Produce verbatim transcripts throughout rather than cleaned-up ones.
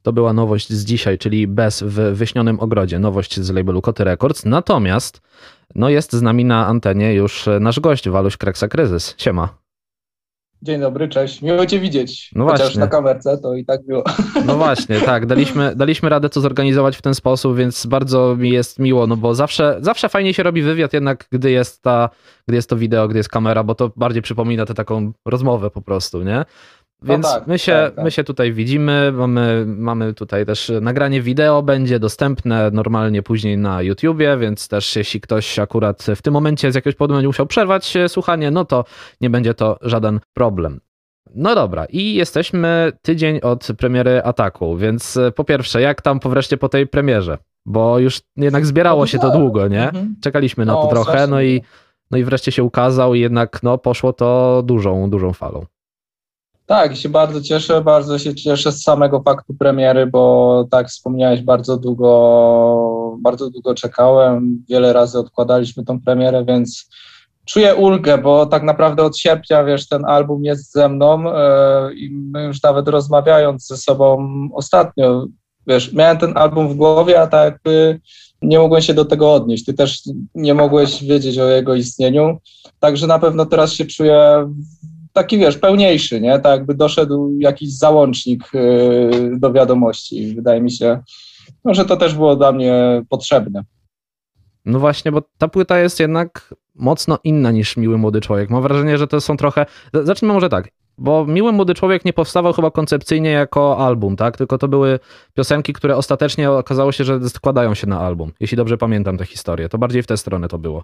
To była nowość z dzisiaj, czyli Bez w wyśnionym ogrodzie, nowość z labelu Koty Records. Natomiast no jest z nami na antenie już nasz gość, Waluś Kreksa Kryzys. Siema. Dzień dobry, cześć. Miło Cię widzieć. No Chociaż właśnie. na kamerce to i tak było. No właśnie, tak, daliśmy, daliśmy radę to zorganizować w ten sposób, więc bardzo mi jest miło, no bo zawsze, zawsze fajnie się robi wywiad jednak, gdy jest ta, gdy jest to wideo, gdy jest kamera, bo to bardziej przypomina tę taką rozmowę po prostu, nie? Więc no tak, my, się, tak, tak. my się tutaj widzimy, mamy, mamy tutaj też nagranie wideo, będzie dostępne normalnie później na YouTubie, więc też jeśli ktoś akurat w tym momencie z jakiegoś powodu będzie musiał przerwać słuchanie, no to nie będzie to żaden problem. No dobra, i jesteśmy tydzień od premiery Ataku, więc po pierwsze, jak tam po wreszcie po tej premierze? Bo już jednak zbierało się to długo, nie? Czekaliśmy na to No, trochę, strasznie. no i, no i wreszcie się ukazał i jednak no, poszło to dużą, dużą falą. Tak, się bardzo cieszę, bardzo się cieszę z samego faktu premiery, bo tak wspomniałeś, bardzo długo, bardzo długo czekałem, wiele razy odkładaliśmy tą premierę, więc czuję ulgę, bo tak naprawdę od sierpnia, wiesz, ten album jest ze mną yy, i my już nawet rozmawiając ze sobą ostatnio, wiesz, miałem ten album w głowie, a tak jakby nie mogłem się do tego odnieść. Ty też nie mogłeś wiedzieć o jego istnieniu, także na pewno teraz się czuję taki, wiesz, pełniejszy, nie? Tak jakby doszedł jakiś załącznik yy, do wiadomości. Wydaje mi się, no, że to też było dla mnie potrzebne. No właśnie, bo ta płyta jest jednak mocno inna niż Miły Młody Człowiek. Mam wrażenie, że to są trochę... Zacznijmy może tak, bo Miły Młody Człowiek nie powstawał chyba koncepcyjnie jako album, tak? Tylko to były piosenki, które ostatecznie okazało się, że składają się na album. Jeśli dobrze pamiętam tę historię. To bardziej w tę stronę to było.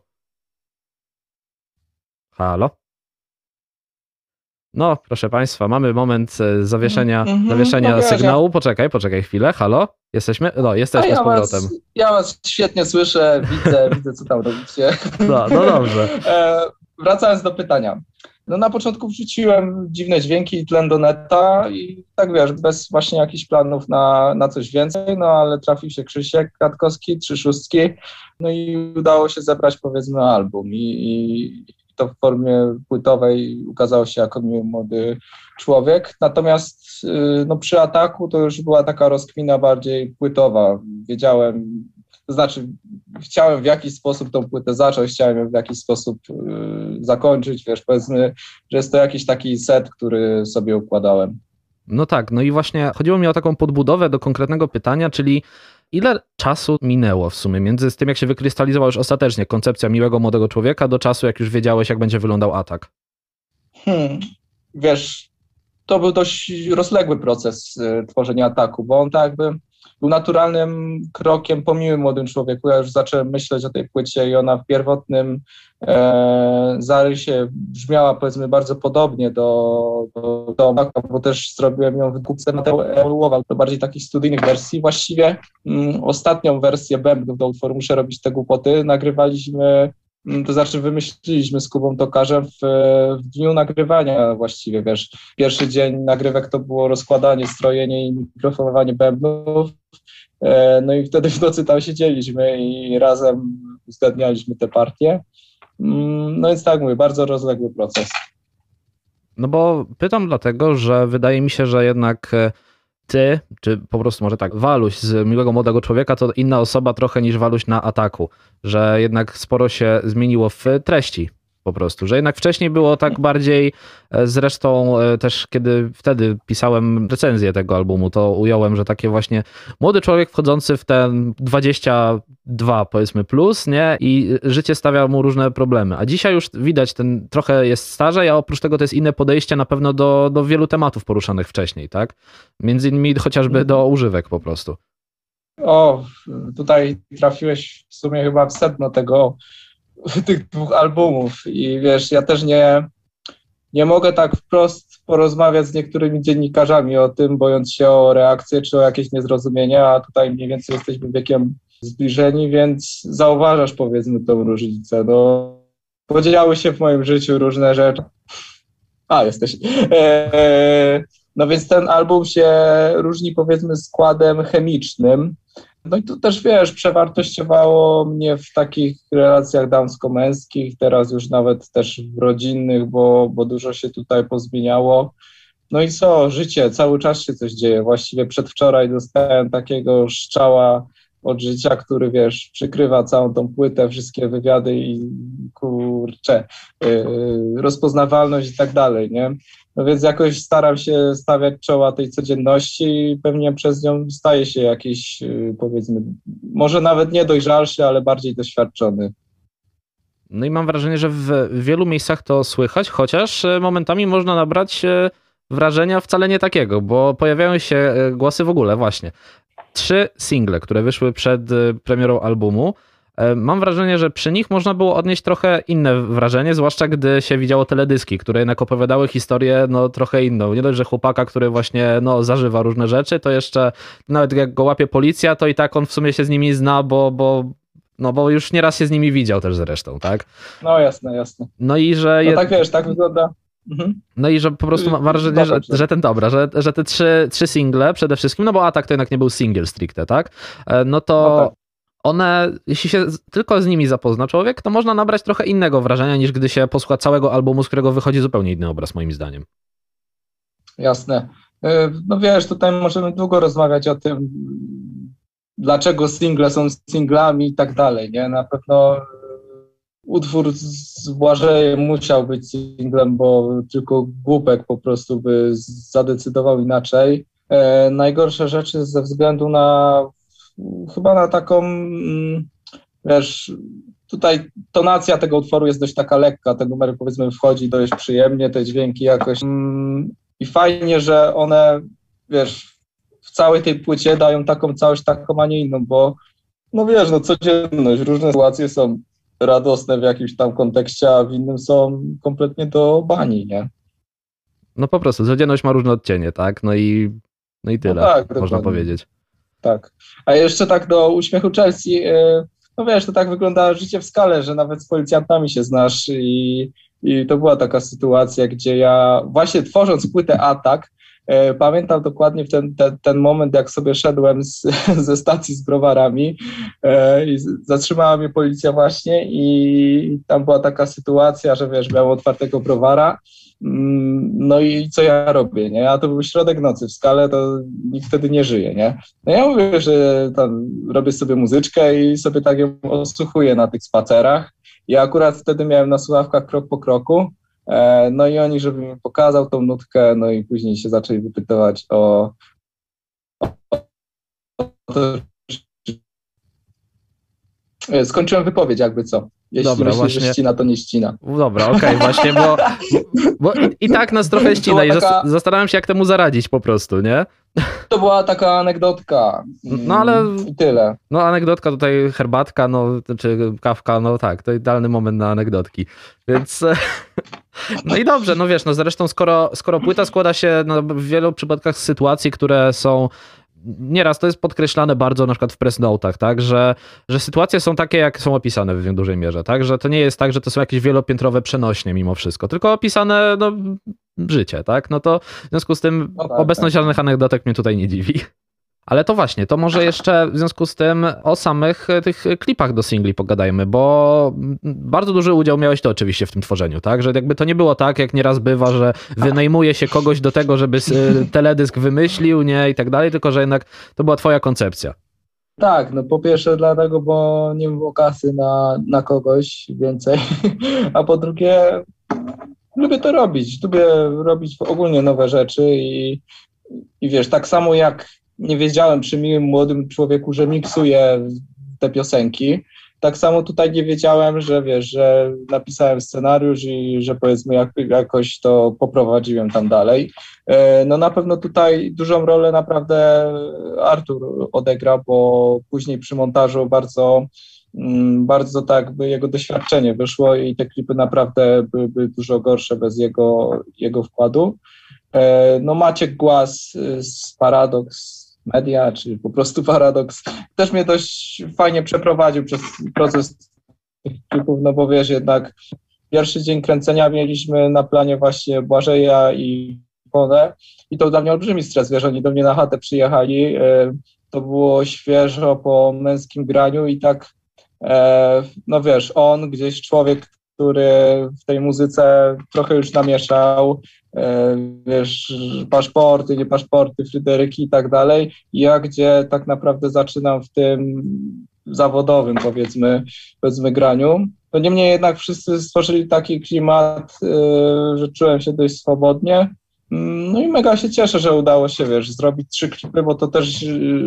Halo? No, proszę Państwa, mamy moment zawieszenia, mm-hmm, zawieszenia no sygnału. Poczekaj, poczekaj chwilę. Halo? Jesteśmy? No, jesteśmy ja z powrotem. Was, ja was świetnie słyszę, widzę, widzę, co tam robicie. No, no dobrze. e, wracając do pytania. No na początku wrzuciłem dziwne dźwięki i tlen do neta i tak wiesz, bez właśnie jakichś planów na, na coś więcej, no ale trafił się Krzysiek Katkowski, Trzy Szóstki, no i udało się zebrać powiedzmy album i, i to w formie płytowej ukazało się jako Miły Młody Człowiek. Natomiast no, przy Ataku to już była taka rozkmina bardziej płytowa. Wiedziałem, to znaczy chciałem w jakiś sposób tą płytę zacząć, chciałem ją w jakiś sposób y, zakończyć. Wiesz, powiedzmy, że jest to jakiś taki set, który sobie układałem. No tak, no i właśnie chodziło mi o taką podbudowę do konkretnego pytania, czyli ile czasu minęło w sumie między tym, jak się wykrystalizowała już ostatecznie koncepcja Miłego Młodego Człowieka, do czasu, jak już wiedziałeś, jak będzie wyglądał Atak? Hmm, wiesz, to był dość rozległy proces y, tworzenia Ataku, bo on tak jakby był naturalnym krokiem po Miłym Młodym Człowieku. Ja już zacząłem myśleć o tej płycie i ona w pierwotnym e, zarysie brzmiała powiedzmy bardzo podobnie do, do, do Ataka, bo też zrobiłem ją w kupce ewoluował do bardziej takich studyjnych wersji. Właściwie mm, ostatnią wersję bębnów do utworu Muszę robić te głupoty nagrywaliśmy, to znaczy wymyśliliśmy z Kubą Tokarzem w, w dniu nagrywania właściwie, wiesz. Pierwszy dzień nagrywek to było rozkładanie, strojenie i mikrofonowanie bębnów. E, no i wtedy w nocy tam siedzieliśmy i razem uzgadnialiśmy te partie. No więc tak mówię, bardzo rozległy proces. No bo pytam dlatego, że wydaje mi się, że jednak ty, czy po prostu może tak, Waluś z Miłego Młodego Człowieka to inna osoba trochę niż Waluś na Ataku, że jednak sporo się zmieniło w treści po prostu, że jednak wcześniej było tak bardziej, zresztą też kiedy wtedy pisałem recenzję tego albumu, to ująłem, że takie właśnie młody człowiek wchodzący w ten dwadzieścia dwa powiedzmy plus, nie? I życie stawia mu różne problemy, a dzisiaj już widać, ten trochę jest starzej, a oprócz tego to jest inne podejście na pewno do, do wielu tematów poruszanych wcześniej, tak? Między innymi chociażby do używek po prostu. O, tutaj trafiłeś w sumie chyba w sedno tego, tych dwóch albumów i wiesz, ja też nie, nie mogę tak wprost porozmawiać z niektórymi dziennikarzami o tym, bojąc się o reakcję czy o jakieś niezrozumienia, a tutaj mniej więcej jesteśmy wiekiem zbliżeni, więc zauważasz powiedzmy tą różnicę. No, podziały się w moim życiu różne rzeczy. A, jesteś. Eee, no więc ten album się różni powiedzmy składem chemicznym. No i to też, wiesz, przewartościowało mnie w takich relacjach damsko-męskich, teraz już nawet też w rodzinnych, bo, bo dużo się tutaj pozmieniało. No i co, życie, cały czas się coś dzieje. Właściwie przedwczoraj dostałem takiego strzała od życia, który, wiesz, przykrywa całą tą płytę, wszystkie wywiady i kurczę, yy, rozpoznawalność i tak dalej, nie? No więc jakoś staram się stawiać czoła tej codzienności i pewnie przez nią staje się jakiś, yy, powiedzmy, może nawet nie dojrzalszy, ale bardziej doświadczony. No i mam wrażenie, że w wielu miejscach to słychać, chociaż momentami można nabrać wrażenia wcale nie takiego, bo pojawiają się głosy w ogóle właśnie. Trzy single, które wyszły przed premierą albumu. Mam wrażenie, że przy nich można było odnieść trochę inne wrażenie, zwłaszcza gdy się widziało teledyski, które jednak opowiadały historię no trochę inną. Nie dość, że chłopaka, który właśnie no zażywa różne rzeczy, to jeszcze nawet jak go łapie policja, to i tak on w sumie się z nimi zna, bo, bo, no bo już nieraz się z nimi widział też zresztą, tak? No jasne, jasne. No i że... No tak wiesz, tak wygląda... Mhm. No i że po prostu mam wrażenie, że, że ten dobra, że, że te trzy, trzy single przede wszystkim, no bo Atak to jednak nie był single stricte, tak? No to no tak. One, jeśli się tylko z nimi zapozna człowiek, to można nabrać trochę innego wrażenia niż gdy się posłucha całego albumu, z którego wychodzi zupełnie inny obraz moim zdaniem. Jasne. No wiesz, tutaj możemy długo rozmawiać o tym, dlaczego single są singlami i tak dalej, nie? Na pewno utwór z Błażejem musiał być singlem, bo tylko głupek po prostu by zadecydował inaczej. E, najgorsze rzeczy ze względu na chyba na taką, wiesz, tutaj tonacja tego utworu jest dość taka lekka, ten numer powiedzmy wchodzi dość przyjemnie, te dźwięki jakoś mm, i fajnie, że one, wiesz, w całej tej płycie dają taką całość taką, a nie inną, bo no wiesz, no codzienność, różne sytuacje są radosne w jakimś tam kontekście, a w innym są kompletnie do bani, nie? No po prostu, codzienność ma różne odcienie, tak? No i, no i tyle, no tak, można dokładnie powiedzieć. Tak. A jeszcze tak do Uśmiechu Chelsea, no wiesz, to tak wygląda życie w skale, że nawet z policjantami się znasz i, i to była taka sytuacja, gdzie ja właśnie tworząc płytę Atak, e, pamiętam dokładnie w ten, ten, ten moment, jak sobie szedłem z, ze stacji z browarami e, i zatrzymała mnie policja właśnie i tam była taka sytuacja, że wiesz, miałem otwartego browara. No i co ja robię, nie? A to był środek nocy w skale, to nikt wtedy nie żyje, nie? No ja mówię, że tam robię sobie muzyczkę i sobie tak ją odsłuchuję na tych spacerach. Ja akurat wtedy miałem na słuchawkach Krok po kroku, e, no i oni, żeby mi pokazał tą nutkę, no i później się zaczęli wypytywać o, o, o to. Skończyłem wypowiedź jakby co. Jeśli Dobra, myślisz, właśnie... że ścina, to nie ścina. Dobra, okej, okay, właśnie, bo, bo i, i tak nas trochę ścina i taka... zastanawiam się, jak temu zaradzić po prostu, nie? To była taka anegdotka. No ale... I tyle. No anegdotka tutaj, herbatka, no, czy kawka, no tak, to idealny moment na anegdotki. Więc... No i dobrze, no wiesz, no zresztą skoro, skoro płyta składa się no, w wielu przypadkach z sytuacji, które są... Nieraz to jest podkreślane bardzo na przykład w press notach, tak, że, że sytuacje są takie, jak są opisane w dużej mierze, tak, że to nie jest tak, że to są jakieś wielopiętrowe przenośnie mimo wszystko, tylko opisane no, życie, tak, no to w związku z tym no tak, obecność tak. żadnych anegdotek mnie tutaj nie dziwi. Ale to właśnie, to może jeszcze w związku z tym o samych tych klipach do singli pogadajmy, bo bardzo duży udział miałeś to oczywiście w tym tworzeniu, tak? Że jakby to nie było tak, jak nieraz bywa, że wynajmuje się kogoś do tego, żeby teledysk wymyślił, nie? I tak dalej, tylko że jednak to była twoja koncepcja. Tak, no po pierwsze dlatego, bo nie było kasy na, na kogoś więcej, a po drugie lubię to robić, lubię robić ogólnie nowe rzeczy i, i wiesz, tak samo jak nie wiedziałem przy miłym młodym człowieku, że miksuję te piosenki. Tak samo tutaj nie wiedziałem, że wiesz, że napisałem scenariusz i że powiedzmy jak, jakoś to poprowadziłem tam dalej. No na pewno tutaj dużą rolę naprawdę Artur odegrał, bo później przy montażu bardzo, bardzo tak by jego doświadczenie wyszło i te klipy naprawdę były dużo gorsze bez jego, jego wkładu. No Maciek Głaz z Paradox Media, czy po prostu Paradox, też mnie dość fajnie przeprowadził przez proces tych klipów, no bo wiesz, jednak pierwszy dzień kręcenia mieliśmy na planie właśnie Błażeja i Ponę i to dla mnie olbrzymi stres, wiesz, oni do mnie na chatę przyjechali, to było świeżo po męskim graniu i tak, no wiesz, on gdzieś człowiek, który w tej muzyce trochę już namieszał, wiesz, paszporty, nie paszporty, Fryderyki i tak dalej. Ja gdzie tak naprawdę zaczynam w tym zawodowym, powiedzmy, powiedzmy graniu. No niemniej jednak wszyscy stworzyli taki klimat, że czułem się dość swobodnie. No i mega się cieszę, że udało się, wiesz, zrobić trzy klipy, bo to też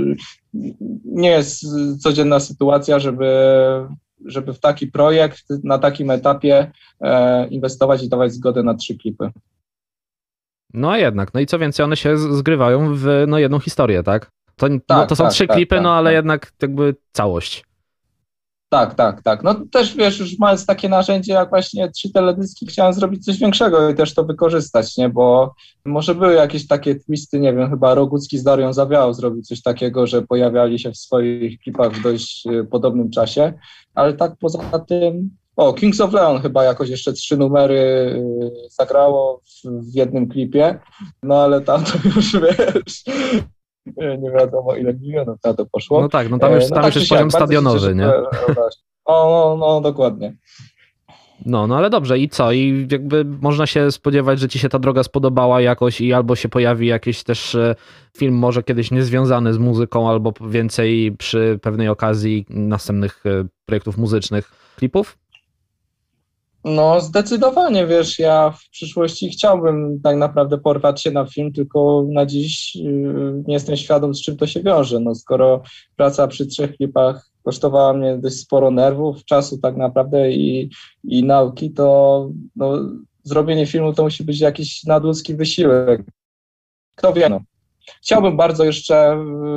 nie jest codzienna sytuacja, żeby, żeby w taki projekt na takim etapie inwestować i dawać zgodę na trzy klipy. No a jednak, no i co więcej, one się zgrywają w no, jedną historię, tak? To, tak, no, to są tak, trzy tak, klipy, tak, no ale tak. jednak jakby całość. Tak, tak, tak. No też wiesz, już mając takie narzędzie jak właśnie trzy teledyski, chciałem zrobić coś większego i też to wykorzystać, nie? Bo może były jakieś takie twisty, nie wiem, chyba Rogucki z Darią Zawiałą zrobił coś takiego, że pojawiali się w swoich klipach w dość podobnym czasie, ale tak poza tym, o, Kings of Leon chyba jakoś jeszcze trzy numery zagrało w, w jednym klipie, no ale tam to już wiesz, nie wiadomo ile milionów na to poszło. No tak, no tam już, no tam tak już jest siak, poziom stadionowy, cieszę, nie? że, o, no, no, dokładnie. No, no ale dobrze, i co? I jakby można się spodziewać, że ci się ta droga spodobała jakoś i albo się pojawi jakiś też film może kiedyś niezwiązany z muzyką, albo więcej przy pewnej okazji następnych projektów muzycznych, klipów? No zdecydowanie, wiesz, ja w przyszłości chciałbym tak naprawdę porwać się na film, tylko na dziś yy, nie jestem świadom, z czym to się wiąże. No skoro praca przy trzech klipach kosztowała mnie dość sporo nerwów, czasu tak naprawdę i, i nauki, to no, zrobienie filmu to musi być jakiś nadludzki wysiłek. Kto wie, no. Chciałbym bardzo jeszcze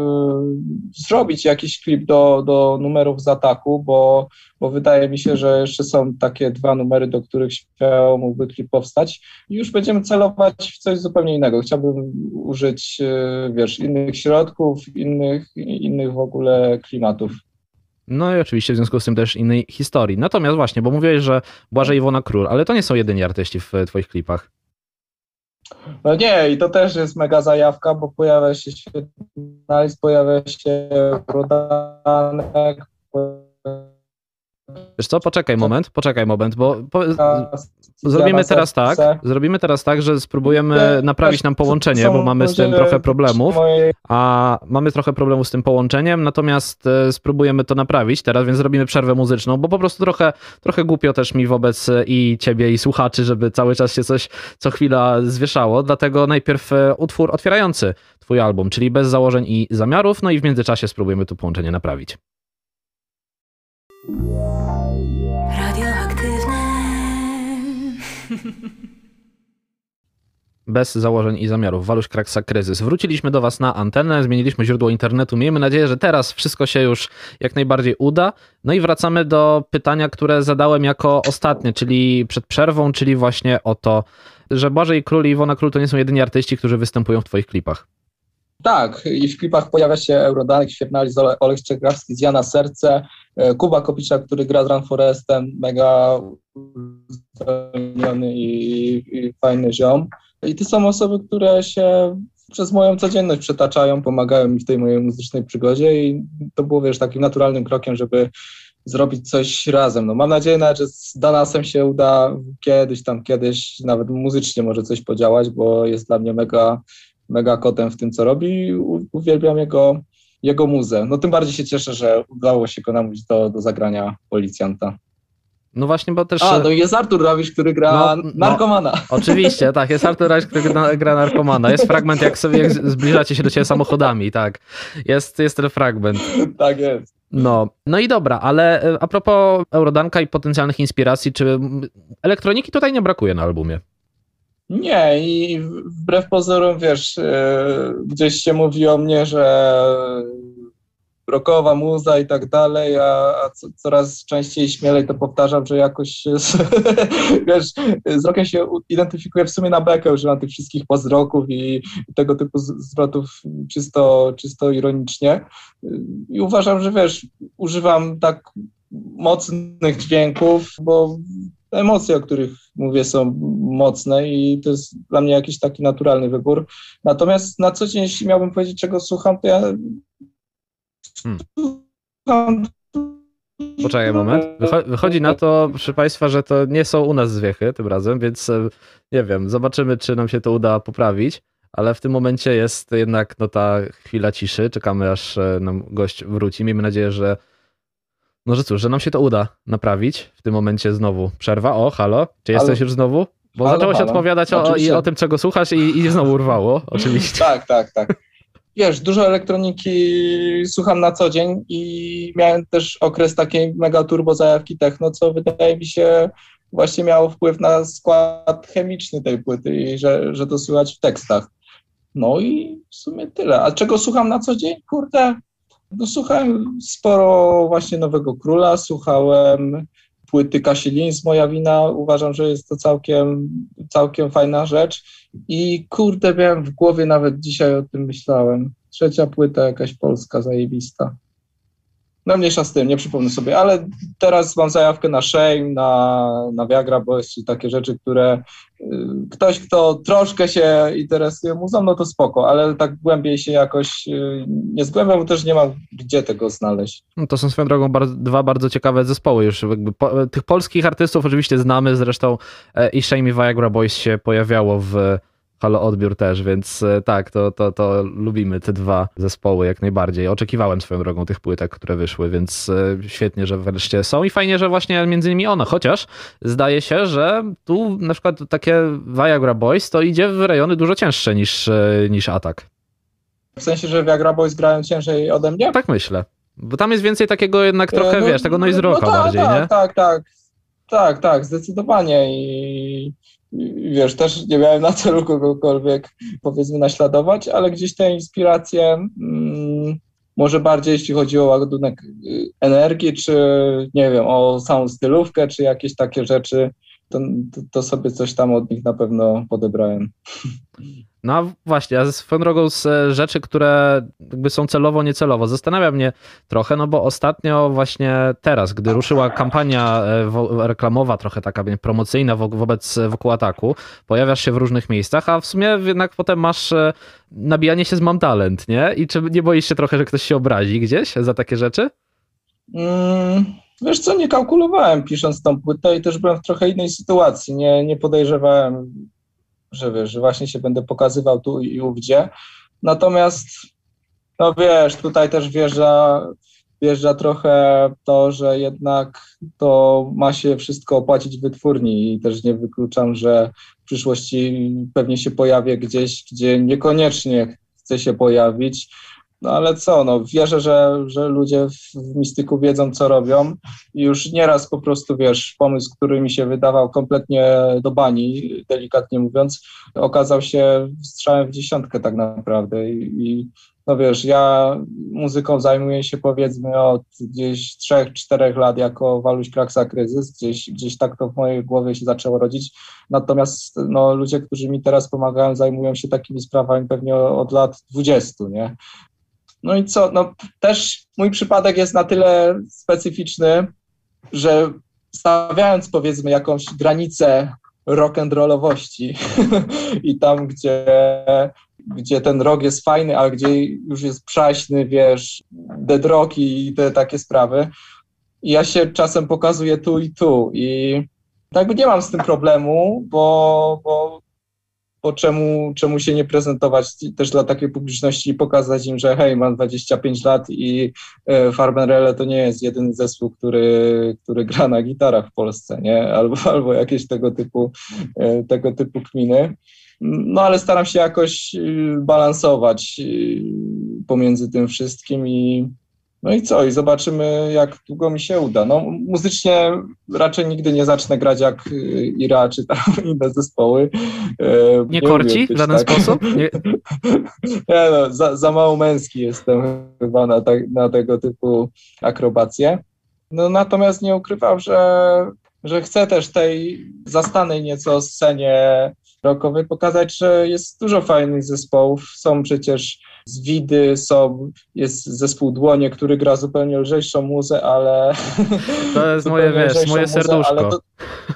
y, zrobić jakiś klip do, do numerów z Ataku, bo, bo wydaje mi się, że jeszcze są takie dwa numery, do których śmiało mógłby klip powstać i już będziemy celować w coś zupełnie innego. Chciałbym użyć, y, wiesz, innych środków, innych, innych w ogóle klimatów. No i oczywiście w związku z tym też innej historii. Natomiast właśnie, bo mówiłeś, że Błażej i Iwona Król, ale to nie są jedyni artyści w twoich klipach. No nie, i to też jest mega zajawka, bo pojawia się świetny, pojawia się Rodanek. Wiesz co, poczekaj moment, poczekaj moment, bo po, zrobimy teraz tak, zrobimy teraz tak, że spróbujemy naprawić nam połączenie, bo mamy z tym trochę problemów, a mamy trochę problemów z tym połączeniem, natomiast spróbujemy to naprawić teraz, więc zrobimy przerwę muzyczną, bo po prostu trochę, trochę głupio też mi wobec i ciebie, i słuchaczy, żeby cały czas się coś co chwila zwieszało, dlatego najpierw utwór otwierający twój album, czyli Bez założeń i zamiarów, no i w międzyczasie spróbujemy to połączenie naprawić. Radioaktywne. Bez założeń i zamiarów. Waluś Kraksa Kryzys. Wróciliśmy do was na antenę, zmieniliśmy źródło internetu. Miejmy nadzieję, że teraz wszystko się już jak najbardziej uda. No i wracamy do pytania, które zadałem jako ostatnie, czyli przed przerwą, czyli właśnie o to, że Błażej Król i Iwona Król to nie są jedyni artyści, którzy występują w twoich klipach. Tak, i w klipach pojawia się Eurodanek, Świetnaliz, Olek Czegrawski, Diana Serce, Kuba Kopicza, który gra z Run Forestem, mega uzdolniony i, i fajny ziom. I to są osoby, które się przez moją codzienność przetaczają, pomagają mi w tej mojej muzycznej przygodzie i to było, wiesz, takim naturalnym krokiem, żeby zrobić coś razem. No, mam nadzieję, że z Danasem się uda kiedyś tam, kiedyś nawet muzycznie może coś podziałać, bo jest dla mnie mega mega kotem w tym, co robi i uwielbiam jego, jego muzę. No tym bardziej się cieszę, że udało się go namówić do, do zagrania Policjanta. No właśnie, bo też... A, no i jest Artur Rawisz, który gra no, narkomana. No, oczywiście, tak, jest Artur Rawisz, który gra, gra narkomana. Jest fragment, jak sobie jak zbliżacie się do ciebie samochodami, tak. Jest, jest ten fragment. Tak jest. No, no i dobra, ale a propos Eurodanka i potencjalnych inspiracji, czy elektroniki tutaj nie brakuje na albumie? Nie, i wbrew pozorom, wiesz, gdzieś się mówi o mnie, że rockowa muza i tak dalej, a, a co, coraz częściej śmielej to powtarzam, że jakoś wiesz, z rockiem się identyfikuję w sumie na bekę, używam tych wszystkich pozdroków i, i tego typu zwrotów czysto, czysto ironicznie i uważam, że wiesz, używam tak mocnych dźwięków, bo emocje, o których mówię, są mocne i to jest dla mnie jakiś taki naturalny wybór. Natomiast na co dzień, jeśli miałbym powiedzieć, czego słucham, to ja hmm. słucham Poczekaj moment. Wycho- wychodzi na to, proszę Państwa, że to nie są u nas zwiechy tym razem, więc e, nie wiem, zobaczymy, czy nam się to uda poprawić, ale w tym momencie jest jednak no, ta chwila ciszy. Czekamy, aż e, nam gość wróci. Miejmy nadzieję, że no, że cóż, że nam się to uda naprawić. W tym momencie znowu przerwa. O, halo, czy Halo? jesteś już znowu? Bo Halo, zaczęło się halo. odpowiadać o, i Oczywiście. o tym, czego słuchasz i, i znowu urwało, oczywiście. Tak, tak, tak. Wiesz, dużo elektroniki słucham na co dzień i miałem też okres takiej mega turbo zajawki techno, co wydaje mi się właśnie miało wpływ na skład chemiczny tej płyty i że, że to słychać w tekstach. No i w sumie tyle. A czego słucham na co dzień? Kurde, no słuchałem sporo właśnie Nowego Króla, słuchałem płyty Kasi Linz, Moja wina. Uważam, że jest to całkiem, całkiem fajna rzecz. I kurde, miałem w głowie, nawet dzisiaj o tym myślałem. Trzecia płyta jakaś polska, zajebista. No mniejsza z tym, nie przypomnę sobie, ale teraz mam zajawkę na Shame, na, na Viagra Boys, czyli takie rzeczy, które y, ktoś, kto troszkę się interesuje muzą, no to spoko, ale tak głębiej się jakoś y, nie zgłębiam, bo też nie mam gdzie tego znaleźć. No to są swoją drogą bardzo, dwa bardzo ciekawe zespoły już. Jakby po, tych polskich artystów oczywiście znamy, zresztą e, i Shame i Viagra Boys się pojawiało w Halo Odbiór też, więc e, tak, to, to, to lubimy te dwa zespoły jak najbardziej. Oczekiwałem swoją drogą tych płytek, które wyszły, więc e, świetnie, że wreszcie są i fajnie, że właśnie między innymi one, chociaż zdaje się, że tu na przykład takie Viagra Boys to idzie w rejony dużo cięższe niż, e, niż Atak. W sensie, że Viagra Boys grają ciężej ode mnie? Tak myślę. Bo tam jest więcej takiego jednak trochę, no, wiesz, tego noise no, rocka no, tak, bardziej, tak, nie? Tak, tak, tak, tak, zdecydowanie i, i wiesz, też nie miałem na celu kogokolwiek, powiedzmy, naśladować, ale gdzieś te inspiracje, mm, może bardziej jeśli chodzi o ładunek y, energii, czy nie wiem, o samą stylówkę, czy jakieś takie rzeczy, to, to, to sobie coś tam od nich na pewno podebrałem. No a właśnie, a swoją drogą z e, rzeczy, które jakby są celowo, niecelowo, zastanawia mnie trochę, no bo ostatnio właśnie teraz, gdy ruszyła kampania e, wo- reklamowa, trochę taka nie, promocyjna wo- wobec e, wokół Ataku, pojawiasz się w różnych miejscach, a w sumie jednak potem masz e, nabijanie się z Mam Talent, nie? I czy nie boisz się trochę, że ktoś się obrazi gdzieś za takie rzeczy? Mm, wiesz co, nie kalkulowałem pisząc tą płytę i też byłem w trochę innej sytuacji, nie, nie podejrzewałem, że wiesz, że właśnie się będę pokazywał tu i ówdzie. Natomiast, no wiesz, tutaj też wjeżdża, wjeżdża trochę to, że jednak to ma się wszystko opłacić w wytwórni i też nie wykluczam, że w przyszłości pewnie się pojawię gdzieś, gdzie niekoniecznie chcę się pojawić. No ale co, no wierzę, że, że ludzie w, w Mistyku wiedzą, co robią i już nieraz po prostu, wiesz, pomysł, który mi się wydawał kompletnie do bani, delikatnie mówiąc, okazał się strzałem w dziesiątkę tak naprawdę i, i no wiesz, ja muzyką zajmuję się powiedzmy od gdzieś trzech, czterech lat jako Waluś Kraksa Kryzys, gdzieś, gdzieś tak to w mojej głowie się zaczęło rodzić, natomiast no, ludzie, którzy mi teraz pomagają, zajmują się takimi sprawami pewnie od lat dwudziestu, nie? No i co, no też mój przypadek jest na tyle specyficzny, że stawiając powiedzmy jakąś granicę rock'n'rollowości i tam, gdzie, gdzie ten rock jest fajny, a gdzie już jest przaśny, wiesz, dead rock i te takie sprawy, ja się czasem pokazuję tu i tu i jakby nie mam z tym problemu, bo, bo bo czemu, czemu się nie prezentować też dla takiej publiczności i pokazać im, że hej, mam dwadzieścia pięć lat i e, Farbenrelle to nie jest jedyny zespół, który, który gra na gitarach w Polsce, nie? Albo, albo jakieś tego typu, e, tego typu kminy. No ale staram się jakoś y, balansować y, pomiędzy tym wszystkim i no i co? I zobaczymy, jak długo mi się uda. No, muzycznie raczej nigdy nie zacznę grać jak Ira czy tam inne zespoły. Nie, nie korci w żaden tak. sposób? Nie, nie no, za, za mało męski jestem chyba na, tak, na tego typu akrobacje. No, natomiast nie ukrywam, że, że chcę też tej zastanej nieco scenie rockowej pokazać, że jest dużo fajnych zespołów. Są przecież Zwidy, są, jest zespół Dłonie, który gra zupełnie lżejszą muzę, ale... To jest moje, wiesz, moje muzę, serduszko. To,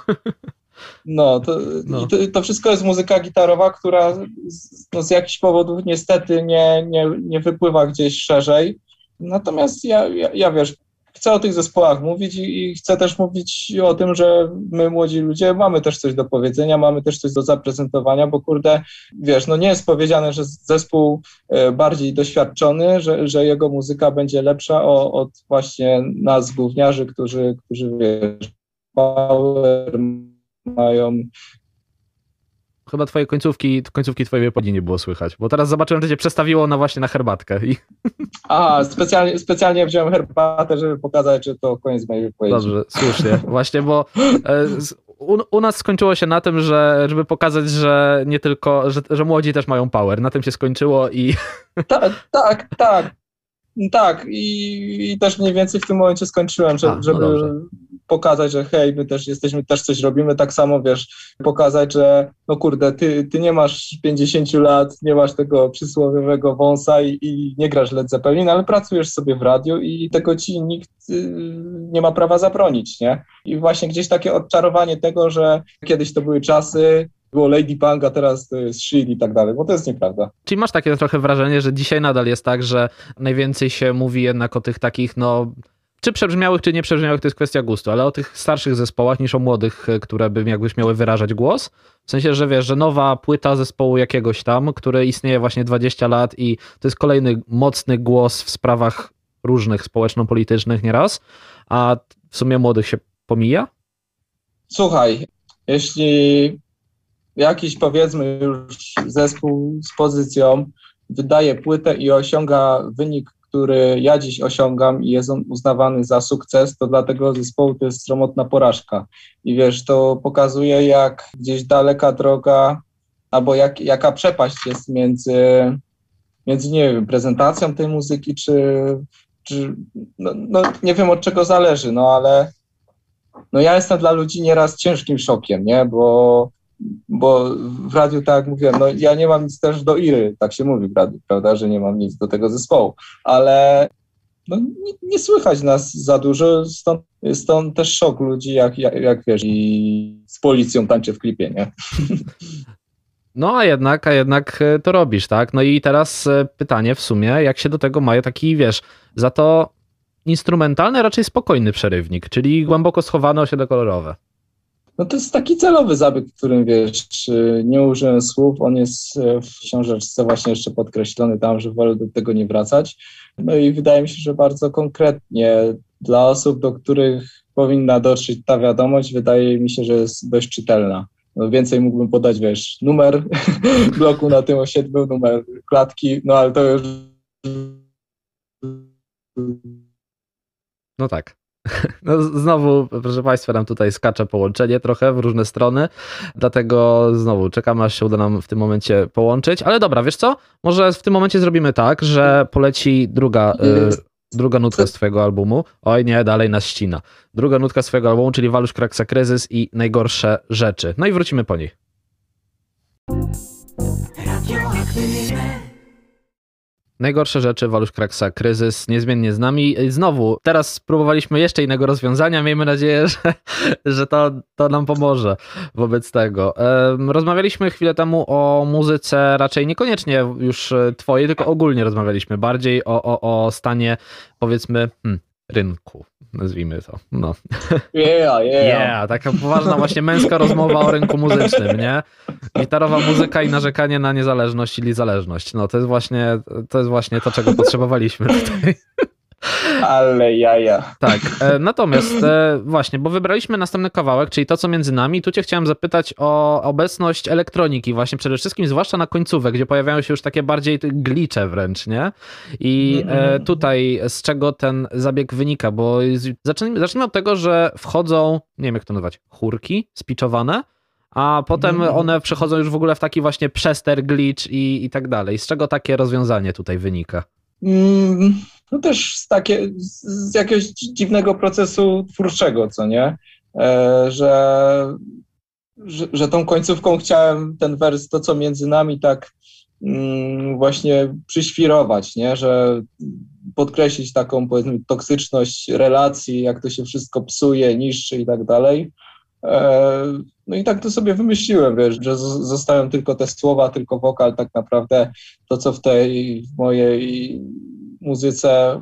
no, to, no. To, to wszystko jest muzyka gitarowa, która z, no, z jakichś powodów niestety nie, nie, nie wypływa gdzieś szerzej. Natomiast ja, ja, ja wiesz, chcę o tych zespołach mówić i, i chcę też mówić o tym, że my młodzi ludzie mamy też coś do powiedzenia, mamy też coś do zaprezentowania, bo kurde, wiesz, no nie jest powiedziane, że zespół bardziej doświadczony, że, że jego muzyka będzie lepsza o, od właśnie nas gówniarzy, którzy, którzy wiesz, power mają. Chyba twojej końcówki, końcówki twojej wypowiedzi nie było słychać, bo teraz zobaczyłem, że cię przestawiło na właśnie na herbatkę. I... A, specjalnie, specjalnie wziąłem herbatę, żeby pokazać, że to koniec mojej wypowiedzi. Dobrze, słusznie. Właśnie, bo u, u nas skończyło się na tym, że żeby pokazać, że nie tylko, że, że młodzi też mają power. Na tym się skończyło i... Tak, tak, tak. Tak, i, i też mniej więcej w tym momencie skończyłem, że, A, no żeby dobrze. pokazać, że hej, my też jesteśmy, też coś robimy, tak samo, wiesz, pokazać, że no kurde, ty, ty nie masz pięćdziesięciu lat, nie masz tego przysłowiowego wąsa i, i nie grasz Led Zeppelin, ale pracujesz sobie w radiu i tego ci nikt y, nie ma prawa zabronić, nie? I właśnie gdzieś takie odczarowanie tego, że kiedyś to były czasy, było Lady Punk, a teraz to jest shit i tak dalej, bo to jest nieprawda. Czyli masz takie trochę wrażenie, że dzisiaj nadal jest tak, że najwięcej się mówi jednak o tych takich, no, czy przebrzmiałych, czy nie przebrzmiałych, to jest kwestia gustu, ale o tych starszych zespołach niż o młodych, które by jakbyś miały wyrażać głos? W sensie, że wiesz, że nowa płyta zespołu jakiegoś tam, który istnieje właśnie dwadzieścia lat i to jest kolejny mocny głos w sprawach różnych społeczno-politycznych nieraz, a w sumie młodych się pomija? Słuchaj, jeśli jakiś, powiedzmy, już zespół z pozycją wydaje płytę i osiąga wynik, który ja dziś osiągam i jest on uznawany za sukces, to dla tego zespołu to jest sromotna porażka. I wiesz, to pokazuje, jak gdzieś daleka droga, albo jak, jaka przepaść jest między, między, nie wiem, prezentacją tej muzyki, czy, czy no, no nie wiem, od czego zależy, no ale no ja jestem dla ludzi nieraz ciężkim szokiem, nie, bo bo w radiu, tak jak mówiłem, no ja nie mam nic też do Iry, tak się mówi w radiu, prawda, że nie mam nic do tego zespołu, ale no, nie, nie słychać nas za dużo, stąd, stąd też szok ludzi, jak, jak, jak wiesz, i z policją tańczę w klipie, nie? No a jednak, a jednak to robisz, tak? No i teraz pytanie w sumie, jak się do tego ma taki, wiesz, za to instrumentalny, raczej spokojny przerywnik, czyli głęboko schowane osiedle kolorowe. No to jest taki celowy zabieg, w którym, wiesz, nie użyłem słów, on jest w książeczce właśnie jeszcze podkreślony tam, że wolę do tego nie wracać. No i wydaje mi się, że bardzo konkretnie dla osób, do których powinna dotrzeć ta wiadomość, wydaje mi się, że jest dość czytelna. No więcej mógłbym podać, wiesz, numer bloku na tym osiedlu, numer klatki, no ale to już... No tak. No znowu, proszę Państwa, nam tutaj skacze połączenie trochę w różne strony, dlatego znowu czekamy, aż się uda nam w tym momencie połączyć, ale dobra, wiesz co, może w tym momencie zrobimy tak, że poleci druga, y, druga nutka z twojego albumu, oj nie, dalej nas ścina, druga nutka z twojego albumu, czyli Waluś Kraksa Kryzys i Najgorsze rzeczy, no i wrócimy po niej. Najgorsze rzeczy, Waluś Kraksa, Kryzys, niezmiennie z nami. Znowu, teraz spróbowaliśmy jeszcze innego rozwiązania, miejmy nadzieję, że, że to, to nam pomoże wobec tego. Rozmawialiśmy chwilę temu o muzyce, raczej niekoniecznie już twojej, tylko ogólnie rozmawialiśmy bardziej o, o, o stanie, powiedzmy, hmm, rynku, nazwijmy to. No. Yeah, yeah. Yeah, taka poważna właśnie męska rozmowa o rynku muzycznym, nie? Gitarowa muzyka i narzekanie na niezależność i zależność. No to jest właśnie to, jest właśnie to czego potrzebowaliśmy tutaj. Ale jaja. Tak, e, natomiast e, właśnie, bo wybraliśmy następny kawałek, czyli To, co między nami. Tu cię chciałem zapytać o obecność elektroniki właśnie, przede wszystkim zwłaszcza na końcówek, gdzie pojawiają się już takie bardziej glicze wręcz, nie? I e, tutaj z czego ten zabieg wynika, bo zacznijmy, zacznijmy od tego, że wchodzą, nie wiem jak to nazywać, chórki spiczowane, a potem one przechodzą już w ogóle w taki właśnie przester, glitch i, i tak dalej. Z czego takie rozwiązanie tutaj wynika? Mm, no też z, takie, z jakiegoś dziwnego procesu twórczego, co nie? E, że, że, że tą końcówką chciałem ten wers, to co między nami, tak mm, właśnie przyświrować, nie? Że podkreślić taką, powiedzmy, toksyczność relacji, jak to się wszystko psuje, niszczy i tak dalej. No i tak to sobie wymyśliłem, wiesz, że zostają tylko te słowa, tylko wokal, tak naprawdę to, co w tej w mojej muzyce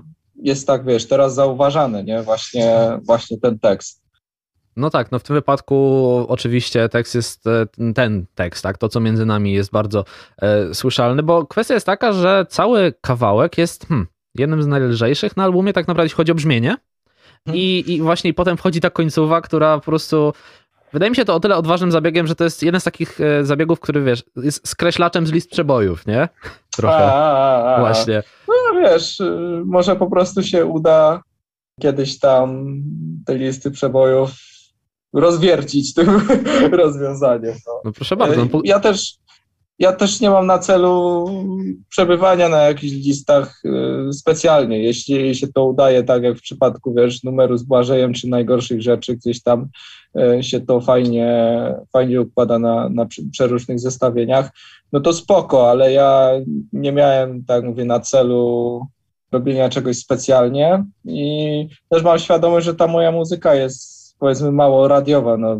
jest tak, wiesz, teraz zauważany, nie? Właśnie, właśnie ten tekst. No tak, no w tym wypadku oczywiście tekst jest ten tekst, tak, to co między nami jest bardzo e, słyszalny, bo kwestia jest taka, że cały kawałek jest hmm, jednym z najlżejszych na albumie, tak naprawdę jeśli chodzi o brzmienie i, i właśnie potem wchodzi ta końcowa, która po prostu, wydaje mi się to o tyle odważnym zabiegiem, że to jest jeden z takich e, zabiegów, który wiesz, jest skreślaczem z list przebojów, nie? Trochę, a, a, a. właśnie. No wiesz, może po prostu się uda kiedyś tam te listy przebojów rozwiercić tym rozwiązaniem. No. No proszę bardzo. No, ja, też, ja też nie mam na celu przebywania na jakichś listach specjalnie. Jeśli się to udaje, tak jak w przypadku, wiesz, numeru z Błażejem czy najgorszych rzeczy, gdzieś tam się to fajnie, fajnie układa na, na przeróżnych zestawieniach, no to spoko, ale ja nie miałem, tak mówię, na celu robienia czegoś specjalnie i też mam świadomość, że ta moja muzyka jest, powiedzmy, mało radiowa. No.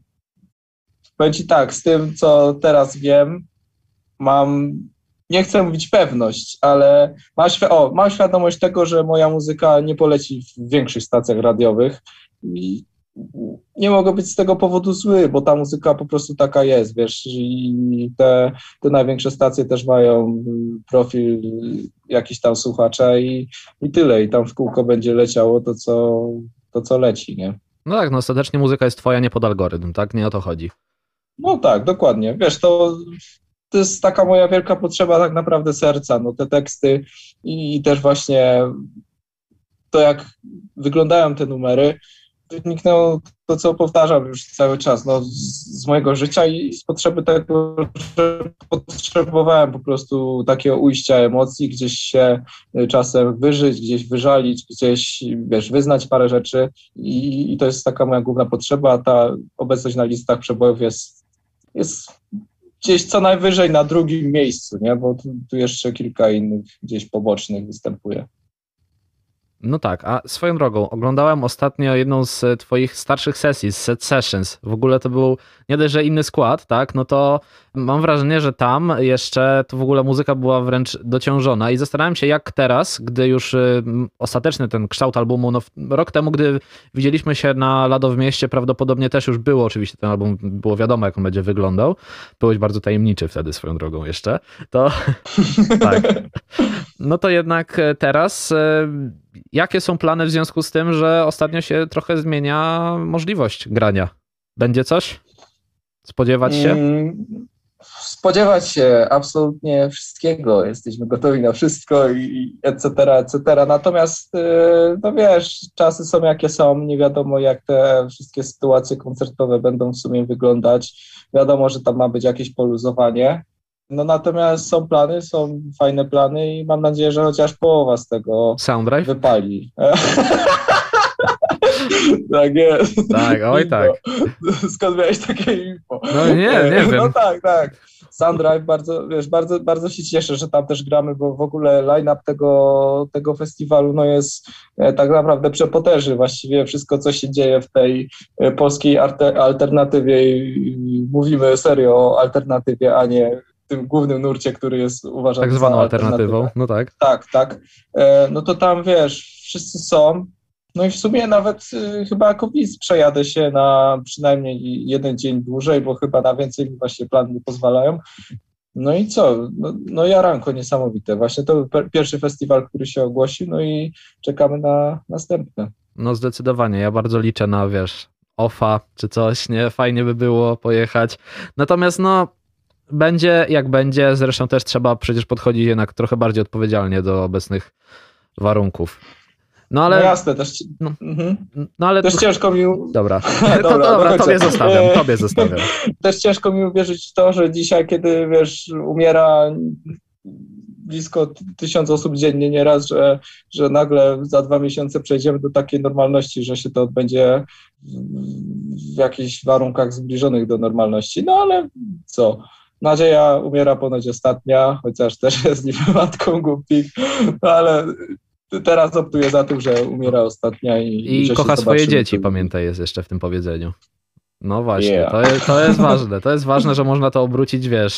Powiem ci tak, z tym, co teraz wiem, mam, nie chcę mówić pewność, ale mam, świ- o, mam świadomość tego, że moja muzyka nie poleci w większych stacjach radiowych i nie mogę być z tego powodu zły, bo ta muzyka po prostu taka jest, wiesz, i te, te największe stacje też mają profil jakiś tam słuchacza i, i tyle, i tam w kółko będzie leciało to, co, to, co leci, nie? No tak, no ostatecznie muzyka jest twoja, nie pod algorytm, tak? Nie o to chodzi. No tak, dokładnie. Wiesz, to, to jest taka moja wielka potrzeba tak naprawdę serca, no te teksty i, i też właśnie to, jak wyglądają te numery, wyniknęło to, co powtarzam już cały czas, no, z, z mojego życia i z potrzeby tego, że potrzebowałem po prostu takiego ujścia emocji, gdzieś się czasem wyżyć, gdzieś wyżalić, gdzieś, wiesz, wyznać parę rzeczy i, i to jest taka moja główna potrzeba, a ta obecność na listach przebojów jest, jest gdzieś co najwyżej na drugim miejscu, nie? Bo tu, tu jeszcze kilka innych gdzieś pobocznych występuje. No tak, a swoją drogą, oglądałem ostatnio jedną z twoich starszych sesji, z Set Sessions. W ogóle to był nie dość, że inny skład, tak? No to mam wrażenie, że tam jeszcze to w ogóle muzyka była wręcz dociążona i zastanawiam się, jak teraz, gdy już y, ostateczny ten kształt albumu, no rok temu, gdy widzieliśmy się na Lado w mieście, prawdopodobnie też już było oczywiście ten album, było wiadomo, jak on będzie wyglądał. Byłeś bardzo tajemniczy wtedy swoją drogą jeszcze. To tak. No to jednak teraz y, jakie są plany w związku z tym, że ostatnio się trochę zmienia możliwość grania? Będzie coś? Spodziewać się? Mm, spodziewać się absolutnie wszystkiego. Jesteśmy gotowi na wszystko i et cetera, et cetera. Natomiast, no wiesz, czasy są jakie są. Nie wiadomo, jak te wszystkie sytuacje koncertowe będą w sumie wyglądać. Wiadomo, że tam ma być jakieś poluzowanie. No natomiast są plany, są fajne plany i mam nadzieję, że chociaż połowa z tego Sounddrive? wypali. Tak jest. Tak, oj tak. Skąd miałeś takie info? No nie, nie wiem. No tak, tak. Sounddrive, bardzo, wiesz, bardzo, bardzo się cieszę, że tam też gramy, bo w ogóle line-up tego, tego festiwalu no jest tak naprawdę przepotężny. Właściwie wszystko, co się dzieje w tej polskiej alternatywie i mówimy serio o alternatywie, a nie tym głównym nurcie, który jest uważany tak zwaną za alternatywą, no tak. Tak, tak. No to tam, wiesz, wszyscy są. No i w sumie nawet y, chyba jako widz przejadę się na przynajmniej jeden dzień dłużej, bo chyba na więcej mi właśnie plany nie pozwalają. No i co? No, no jaranko niesamowite. Właśnie to był pierwszy festiwal, który się ogłosił, no i czekamy na następne. No zdecydowanie, ja bardzo liczę na, wiesz, ofa czy coś, nie? Fajnie by było pojechać. Natomiast no będzie jak będzie, zresztą też trzeba przecież podchodzić jednak trochę bardziej odpowiedzialnie do obecnych warunków. No ale... No jasne, też, no, mhm. no, ale też to... ciężko mi... Dobra, dobra, to, dobra no tobie zostawiam, tobie zostawiam. Też ciężko mi uwierzyć w to, że dzisiaj, kiedy, wiesz, umiera blisko tysiąc osób dziennie nieraz, że, że nagle za dwa miesiące przejdziemy do takiej normalności, że się to odbędzie w jakichś warunkach zbliżonych do normalności. No ale co? Nadzieja umiera ponoć ostatnia, chociaż też jest niby matką głupich, no ale teraz optuję za tym, że umiera ostatnia. I, I że kocha się swoje zobaczymy. dzieci, pamiętaj, jest jeszcze w tym powiedzeniu. No właśnie, Yeah. to, jest, to jest ważne. To jest ważne, że można to obrócić, wiesz,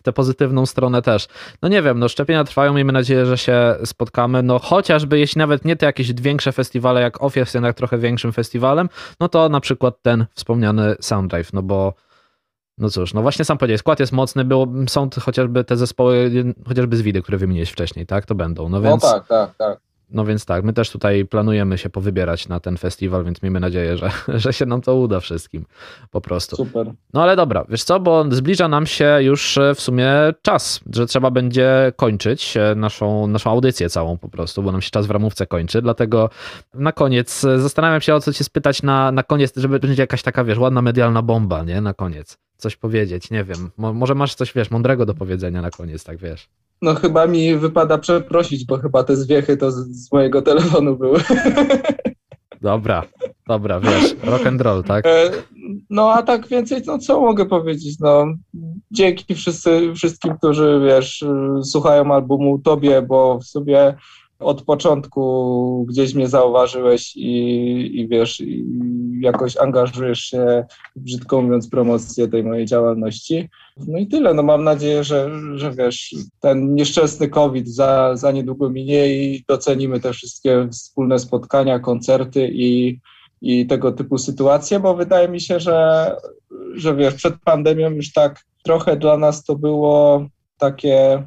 w tę pozytywną stronę też. No nie wiem, no szczepienia trwają, miejmy nadzieję, że się spotkamy, no chociażby jeśli nawet nie te jakieś większe festiwale jak Office jest jednak trochę większym festiwalem, no to na przykład ten wspomniany Sounddrive, no bo no cóż, no właśnie sam powiedziałeś, skład jest mocny, było, są te, chociażby te zespoły, chociażby z Widy, które wymieniłeś wcześniej, tak? To będą, no więc... No tak, tak, tak. No więc tak, my też tutaj planujemy się powybierać na ten festiwal, więc miejmy nadzieję, że, że się nam to uda wszystkim po prostu. Super. No ale dobra, wiesz co, bo zbliża nam się już w sumie czas, że trzeba będzie kończyć naszą, naszą audycję całą po prostu, bo nam się czas w ramówce kończy, dlatego na koniec zastanawiam się, o co cię spytać na, na koniec, żeby będzie jakaś taka, wiesz, ładna medialna bomba, nie, na koniec. Coś powiedzieć, nie wiem, Mo, może masz coś, wiesz, mądrego do powiedzenia na koniec, tak wiesz. No chyba mi wypada przeprosić, bo chyba te zwiechy to z, z mojego telefonu były. Dobra, dobra, wiesz, rock and roll, tak? No a tak więcej, no co mogę powiedzieć, no dzięki wszyscy, wszystkim, którzy, wiesz, słuchają albumu, tobie, bo w sobie od początku gdzieś mnie zauważyłeś i, i wiesz, i jakoś angażujesz się, brzydko mówiąc, promocję tej mojej działalności. No i tyle, no mam nadzieję, że, że wiesz, ten nieszczęsny COVID za, za niedługo minie i docenimy te wszystkie wspólne spotkania, koncerty i, i tego typu sytuacje, bo wydaje mi się, że, że wiesz, przed pandemią już tak trochę dla nas to było takie...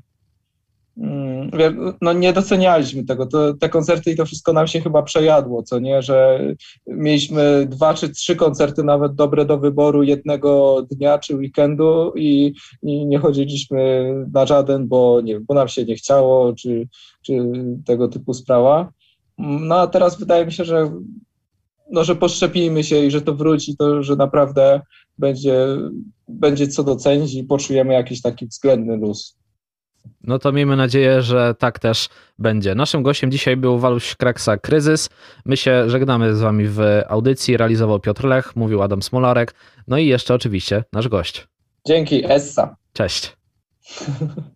No nie docenialiśmy tego, to, te koncerty i to wszystko nam się chyba przejadło, co nie, że mieliśmy dwa czy trzy koncerty nawet dobre do wyboru jednego dnia czy weekendu i, i nie chodziliśmy na żaden, bo, nie, bo nam się nie chciało, czy, czy tego typu sprawa. No a teraz wydaje mi się, że, no, że poszczepimy się i że to wróci, to że naprawdę będzie, będzie co docenić i poczujemy jakiś taki względny luz. No to miejmy nadzieję, że tak też będzie. Naszym gościem dzisiaj był Waluś Kreksa Kryzys. My się żegnamy z wami w audycji. Realizował Piotr Lech, mówił Adam Smolarek. No i jeszcze oczywiście nasz gość. Dzięki, Essa. Cześć.